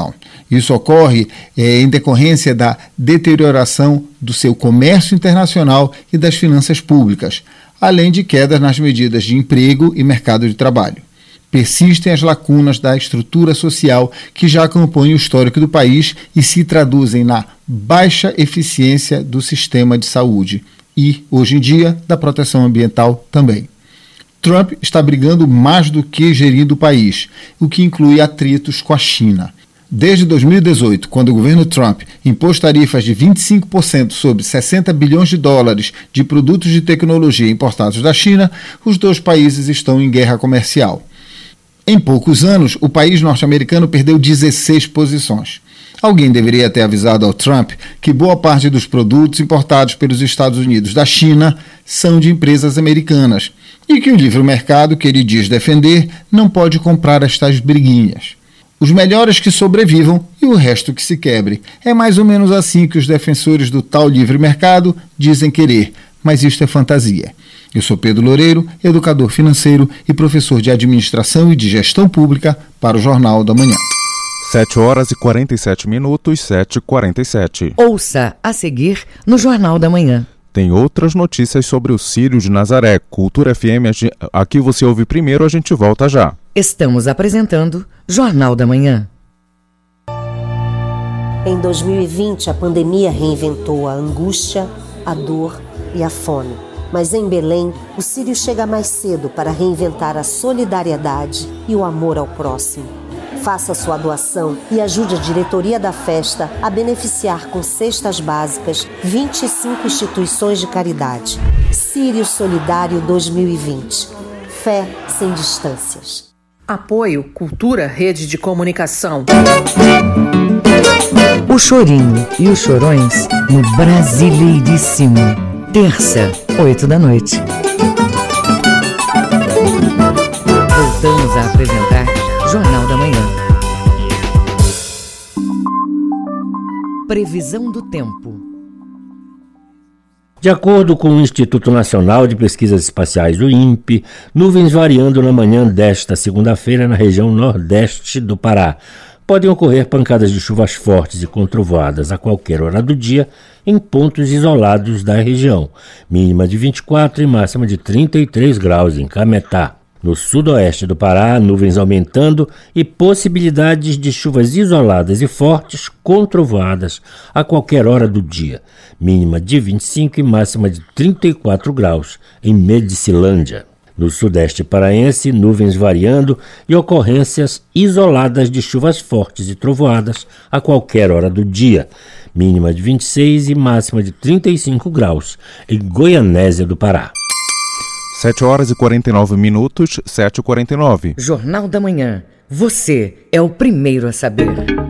Speaker 27: Isso ocorre é, em decorrência da deterioração do seu comércio internacional e das finanças públicas, além de quedas nas medidas de emprego e mercado de trabalho. Persistem as lacunas da estrutura social que já compõem o histórico do país e se traduzem na baixa eficiência do sistema de saúde e, hoje em dia, da proteção ambiental também. Trump está brigando mais do que gerindo o país, o que inclui atritos com a China. Desde dois mil e dezoito, quando o governo Trump impôs tarifas de vinte e cinco por cento sobre sessenta bilhões de dólares de produtos de tecnologia importados da China, os dois países estão em guerra comercial. Em poucos anos, o país norte-americano perdeu dezesseis posições. Alguém deveria ter avisado ao Trump que boa parte dos produtos importados pelos Estados Unidos da China são de empresas americanas e que o livre mercado que ele diz defender não pode comprar estas briguinhas. Os melhores que sobrevivam e o resto que se quebre. É mais ou menos assim que os defensores do tal livre mercado dizem querer, mas isto é fantasia. Eu sou Pedro Loureiro, educador financeiro e professor de Administração e de Gestão Pública para o Jornal da Manhã.
Speaker 2: sete horas e quarenta e sete minutos, sete e quarenta e sete.
Speaker 1: Ouça a seguir no Jornal da Manhã.
Speaker 2: Tem outras notícias sobre o Círio de Nazaré. Cultura F M, aqui você ouve primeiro, a gente volta já.
Speaker 1: Estamos apresentando Jornal da Manhã.
Speaker 3: Em dois mil e vinte, a pandemia reinventou a angústia, a dor e a fome. Mas em Belém, o Círio chega mais cedo para reinventar a solidariedade e o amor ao próximo. Faça sua doação e ajude a diretoria da festa a beneficiar com cestas básicas vinte e cinco instituições de caridade. Círio Solidário dois mil e vinte. Fé sem distâncias.
Speaker 8: Apoio Cultura Rede de Comunicação.
Speaker 1: O Chorinho e os Chorões no Brasileiríssimo. Terça, oito da noite. Voltamos a apresentar Jornal da Manhã. Previsão do tempo.
Speaker 16: De acordo com o Instituto Nacional de Pesquisas Espaciais, o INPE, nuvens variando na manhã desta segunda-feira na região nordeste do Pará. Podem ocorrer pancadas de chuvas fortes e com trovoadas a qualquer hora do dia em pontos isolados da região, mínima de vinte e quatro e máxima de trinta e três graus em Cametá. No sudoeste do Pará, nuvens aumentando e possibilidades de chuvas isoladas e fortes com trovoadas a qualquer hora do dia, mínima de vinte e cinco e máxima de trinta e quatro graus em Medicilândia. No sudeste paraense, nuvens variando e ocorrências isoladas de chuvas fortes e trovoadas a qualquer hora do dia, mínima de vinte e seis e máxima de trinta e cinco graus em Goianésia do Pará.
Speaker 2: sete horas e quarenta e nove minutos, sete e quarenta e nove.
Speaker 1: Jornal da Manhã. Você é o primeiro a saber.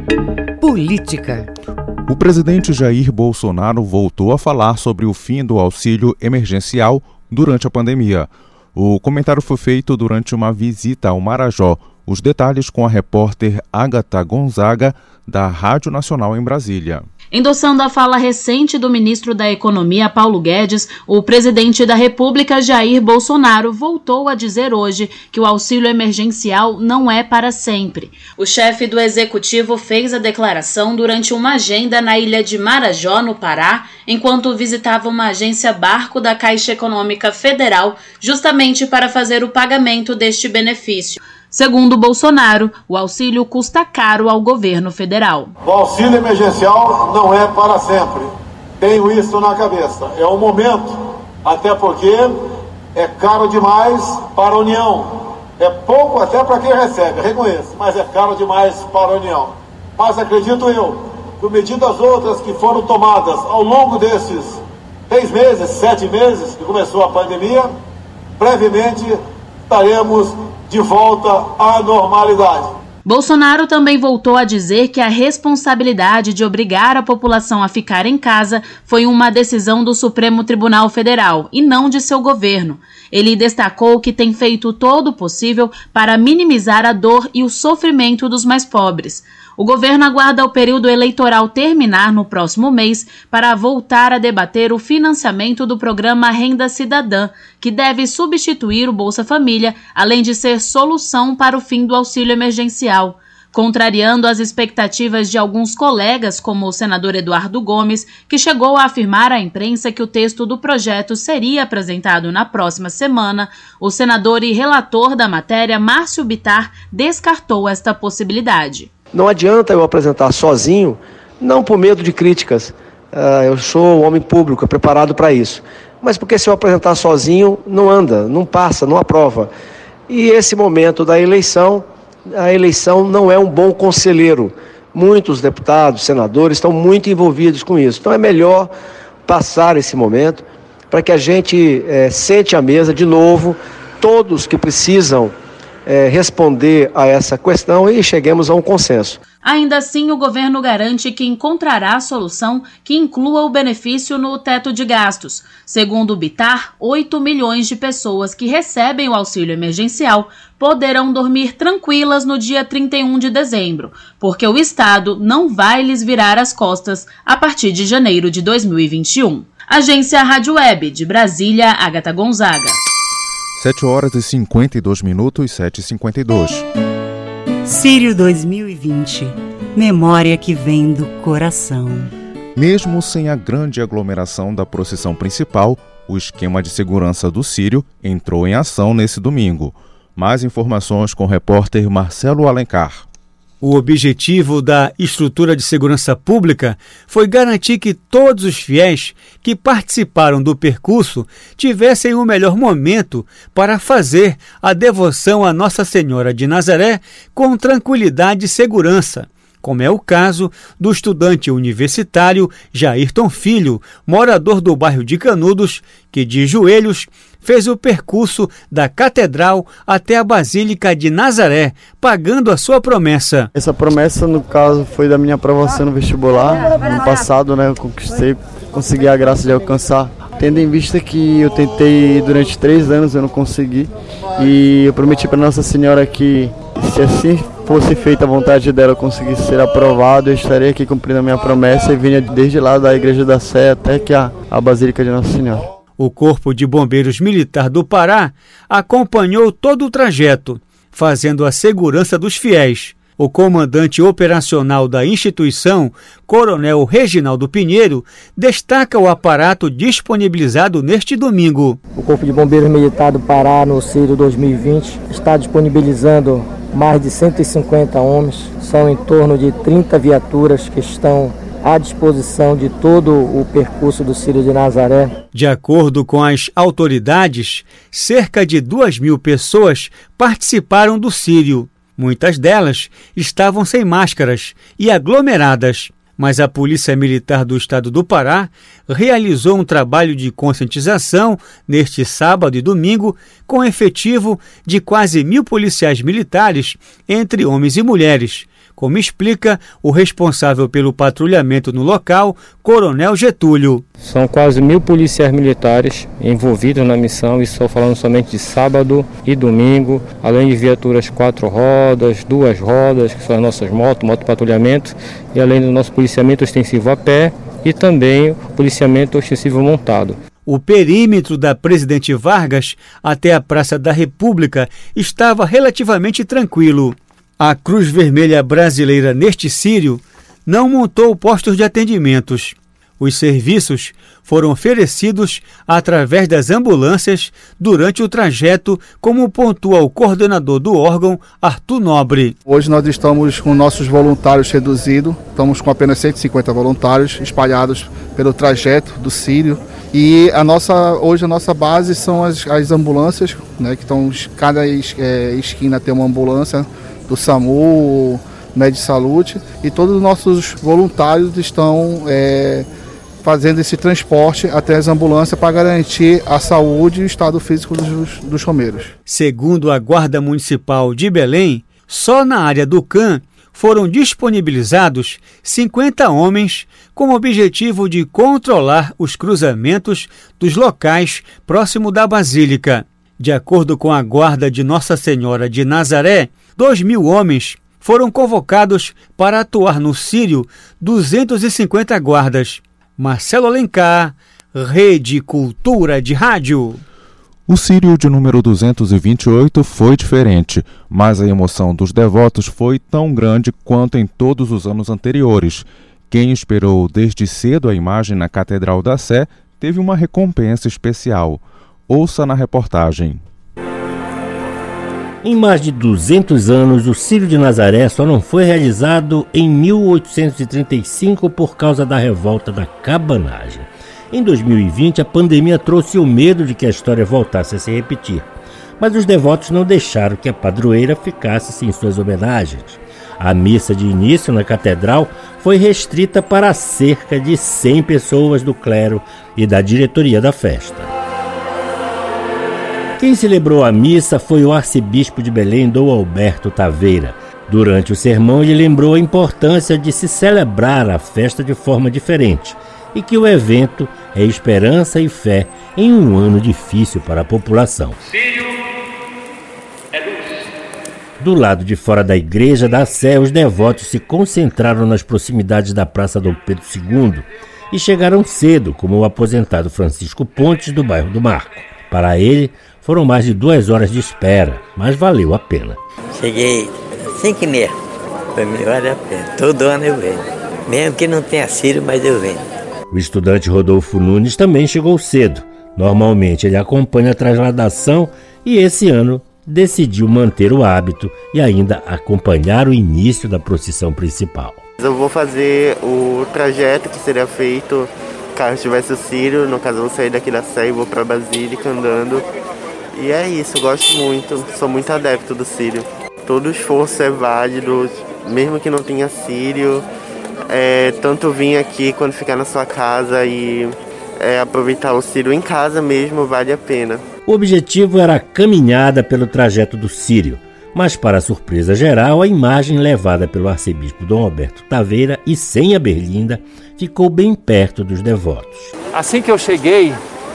Speaker 1: Política.
Speaker 2: O presidente Jair Bolsonaro voltou a falar sobre o fim do auxílio emergencial durante a pandemia. O comentário foi feito durante uma visita ao Marajó. Os detalhes com a repórter Agatha Gonzaga, da Rádio Nacional em Brasília.
Speaker 9: Endossando a fala recente do ministro da Economia, Paulo Guedes, o presidente da República, Jair Bolsonaro, voltou a dizer hoje que o auxílio emergencial não é para sempre. O chefe do executivo fez a declaração durante uma agenda na ilha de Marajó, no Pará, enquanto visitava uma agência barco da Caixa Econômica Federal, justamente para fazer o pagamento deste benefício. Segundo Bolsonaro, o auxílio custa caro ao governo federal.
Speaker 10: O auxílio emergencial não é para sempre. Tenho isso na cabeça. É um momento, até porque é caro demais para a União. É pouco até para quem recebe, reconheço, mas é caro demais para a União. Mas acredito eu, que medidas outras que foram tomadas ao longo desses seis meses, sete meses que começou a pandemia, brevemente estaremos de volta à normalidade.
Speaker 9: Bolsonaro também voltou a dizer que a responsabilidade de obrigar a população a ficar em casa foi uma decisão do Supremo Tribunal Federal e não de seu governo. Ele destacou que tem feito todo o possível para minimizar a dor e o sofrimento dos mais pobres. O governo aguarda o período eleitoral terminar no próximo mês para voltar a debater o financiamento do programa Renda Cidadã, que deve substituir o Bolsa Família, além de ser solução para o fim do auxílio emergencial. contrariando as expectativas de alguns colegas, como o senador Eduardo Gomes, que chegou a afirmar à imprensa que o texto do projeto seria apresentado na próxima semana. O senador e relator da matéria, Márcio Bittar, descartou esta possibilidade.
Speaker 11: Não adianta eu apresentar sozinho, não por medo de críticas. Uh, eu sou um homem público, preparado para isso. Mas porque se eu apresentar sozinho, não anda, não passa, não aprova. E esse momento da eleição, a eleição não é um bom conselheiro. Muitos deputados, senadores estão muito envolvidos com isso. Então é melhor passar esse momento para que a gente é, sente à mesa de novo, todos que precisam é, responder a essa questão e cheguemos a um consenso.
Speaker 9: Ainda assim, o governo garante que encontrará a solução que inclua o benefício no teto de gastos. Segundo o Bittar, oito milhões de pessoas que recebem o auxílio emergencial poderão dormir tranquilas no dia trinta e um de dezembro, porque o Estado não vai lhes virar as costas a partir de janeiro de dois mil e vinte e um. Agência Rádio Web, de Brasília, Agatha Gonzaga.
Speaker 2: sete horas e cinquenta e dois minutos, sete e cinquenta e dois.
Speaker 5: Sírio dois mil e vinte. Memória que vem do coração.
Speaker 2: Mesmo sem a grande aglomeração da procissão principal, o esquema de segurança do Sírio entrou em ação nesse domingo. Mais informações com o repórter Marcelo Alencar.
Speaker 12: O objetivo da estrutura de segurança pública foi garantir que todos os fiéis que participaram do percurso tivessem o melhor momento para fazer a devoção a Nossa Senhora de Nazaré com tranquilidade e segurança, como é o caso do estudante universitário Jairton Filho, morador do bairro de Canudos, que de joelhos fez o percurso da Catedral até a Basílica de Nazaré, pagando a sua promessa.
Speaker 13: Essa promessa, no caso, foi da minha aprovação no vestibular. Ano passado, né, eu conquistei, consegui a graça de alcançar. Tendo em vista que eu tentei durante três anos, eu não consegui. E eu prometi para Nossa Senhora que, se assim fosse feita a vontade dela, eu conseguisse ser aprovado, eu estaria aqui cumprindo a minha promessa e vinha desde lá da Igreja da Sé até aqui a, a Basílica de Nossa Senhora.
Speaker 12: O Corpo de Bombeiros Militar do Pará acompanhou todo o trajeto, fazendo a segurança dos fiéis. O comandante operacional da instituição, Coronel Reginaldo Pinheiro, destaca o aparato disponibilizado neste domingo.
Speaker 14: O Corpo de Bombeiros Militar do Pará, no Sírio dois mil e vinte, está disponibilizando mais de cento e cinquenta homens. São em torno de trinta viaturas que estão à disposição de todo o percurso do Sírio de Nazaré.
Speaker 12: De acordo com as autoridades, cerca de duas mil pessoas participaram do Sírio. Muitas delas estavam sem máscaras e aglomeradas, mas a Polícia Militar do Estado do Pará realizou um trabalho de conscientização neste sábado e domingo com efetivo de quase mil policiais militares, entre homens e mulheres, como explica o responsável pelo patrulhamento no local, Coronel Getúlio.
Speaker 14: São quase mil policiais militares envolvidos na missão, e estou falando somente de sábado e domingo, além de viaturas quatro rodas, duas rodas, que são as nossas motos, motopatrulhamento, e além do nosso policiamento ostensivo a pé e também o policiamento ostensivo montado.
Speaker 12: O perímetro da Presidente Vargas até a Praça da República estava relativamente tranquilo. A Cruz Vermelha Brasileira neste Sírio não montou postos de atendimentos. Os serviços foram oferecidos através das ambulâncias durante o trajeto, como pontua o coordenador do órgão, Arthur Nobre.
Speaker 15: Hoje nós estamos com nossos voluntários reduzidos, estamos com apenas cento e cinquenta voluntários espalhados pelo trajeto do Sírio. E a nossa, hoje a nossa base são as, as ambulâncias, né, que estão, cada es, é, esquina tem uma ambulância do SAMU, Med Saúde, e todos os nossos voluntários estão é, fazendo esse transporte até as ambulâncias para garantir a saúde e o estado físico dos, dos romeiros.
Speaker 12: Segundo a Guarda Municipal de Belém, só na área do C A M foram disponibilizados cinquenta homens com o objetivo de controlar os cruzamentos dos locais próximo da Basílica. De acordo com a Guarda de Nossa Senhora de Nazaré, dois mil homens foram convocados para atuar no Sírio, duzentos e cinquenta guardas. Marcelo Alencar, Rede Cultura de Rádio.
Speaker 2: O círio de número duzentos e vinte e oito foi diferente, mas a emoção dos devotos foi tão grande quanto em todos os anos anteriores. Quem esperou desde cedo a imagem na Catedral da Sé teve uma recompensa especial. Ouça na reportagem.
Speaker 16: Em mais de duzentos anos, o Círio de Nazaré só não foi realizado em mil oitocentos e trinta e cinco por causa da revolta da cabanagem. Em dois mil e vinte, a pandemia trouxe o medo de que a história voltasse a se repetir. Mas os devotos não deixaram que a padroeira ficasse sem suas homenagens. A missa de início na catedral foi restrita para cerca de cem pessoas do clero e da diretoria da festa. Quem celebrou a missa foi o arcebispo de Belém, Dom Alberto Taveira. Durante o sermão, ele lembrou a importância de se celebrar a festa de forma diferente e que o evento é esperança e fé em um ano difícil para a população.
Speaker 4: Círio é luz.
Speaker 16: Do lado de fora da igreja da Sé, os devotos se concentraram nas proximidades da Praça Dom Pedro segundo e chegaram cedo, como o aposentado Francisco Pontes, do bairro do Marco. Para ele, foram mais de duas horas de espera, mas valeu a pena.
Speaker 17: Cheguei cinco e meia. Para mim vale a pena. Todo ano eu venho. Mesmo que não tenha círio, mas eu venho.
Speaker 16: O estudante Rodolfo Nunes também chegou cedo. Normalmente ele acompanha a trasladação e esse ano decidiu manter o hábito e ainda acompanhar o início da procissão principal.
Speaker 18: Eu vou fazer o trajeto que seria feito caso tivesse o círio. No caso, eu vou sair daqui da Sé e vou para a Basílica andando. E é isso, eu gosto muito, sou muito adepto do círio. Todo esforço é válido, mesmo que não tenha círio. É, tanto vir aqui quanto ficar na sua casa e é, aproveitar o círio em casa mesmo vale a pena.
Speaker 16: O objetivo era a caminhada pelo trajeto do círio, mas para surpresa geral, a imagem levada pelo arcebispo Dom Alberto Taveira e sem a berlinda ficou bem perto dos devotos.
Speaker 4: Assim que eu cheguei,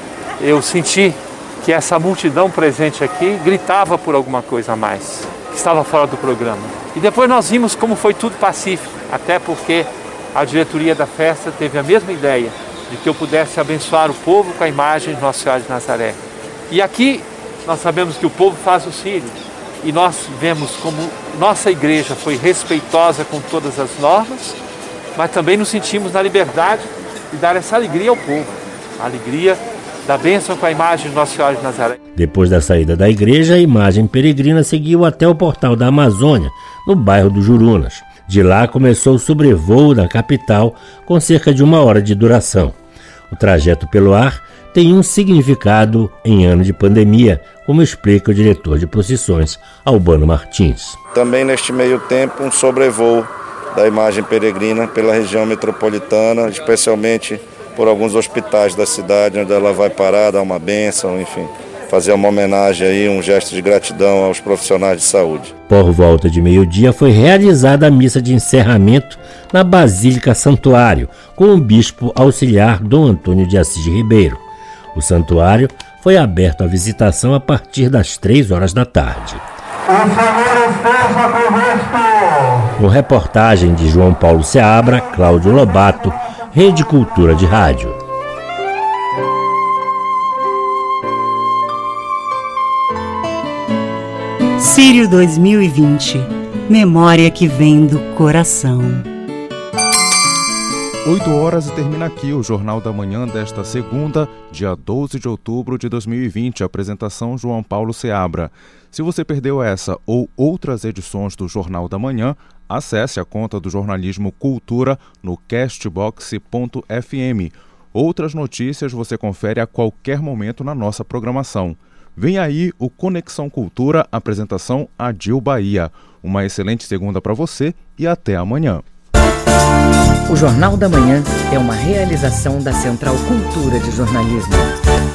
Speaker 4: eu senti que essa multidão presente aqui gritava por alguma coisa a mais, que estava fora do programa. E depois nós vimos como foi tudo pacífico, até porque a diretoria da festa teve a mesma ideia de que eu pudesse abençoar o povo com a imagem de Nossa Senhora de Nazaré. E aqui nós sabemos que o povo faz o círio e nós vemos como nossa igreja foi respeitosa com todas as normas, mas também nos sentimos na liberdade de dar essa alegria ao povo, a alegria da bênção com a imagem de Nossa Senhora de Nazaré.
Speaker 16: Depois da saída da igreja, a imagem peregrina seguiu até o Portal da Amazônia, no bairro do Jurunas. De lá começou o sobrevoo da capital, com cerca de uma hora de duração. O trajeto pelo ar tem um significado em ano de pandemia, como explica o diretor de procissões, Albano Martins.
Speaker 19: Também neste meio tempo, um sobrevoo da imagem peregrina pela região metropolitana, especialmente por alguns hospitais da cidade, onde ela vai parar, dar uma bênção, enfim, fazer uma homenagem aí, um gesto de gratidão aos profissionais de saúde.
Speaker 16: Por volta de meio-dia foi realizada a missa de encerramento na Basílica Santuário, com o bispo auxiliar Dom Antônio de Assis Ribeiro. O santuário foi aberto à visitação a partir das três horas da tarde.
Speaker 4: O Senhor esteja convosco.
Speaker 16: Com reportagem de João Paulo Seabra, Cláudio Lobato, Rede Cultura de Rádio.
Speaker 5: Círio dois mil e vinte. Memória que vem do coração.
Speaker 2: oito horas e termina aqui o Jornal da Manhã desta segunda, dia doze de outubro de dois mil e vinte. Apresentação João Paulo Seabra. Se você perdeu essa ou outras edições do Jornal da Manhã, acesse a conta do Jornalismo Cultura no castbox ponto f m. Outras notícias você confere a qualquer momento na nossa programação. Vem aí o Conexão Cultura, apresentação Adil Bahia. Uma excelente segunda para você e até amanhã.
Speaker 1: O Jornal da Manhã é uma realização da Central Cultura de Jornalismo.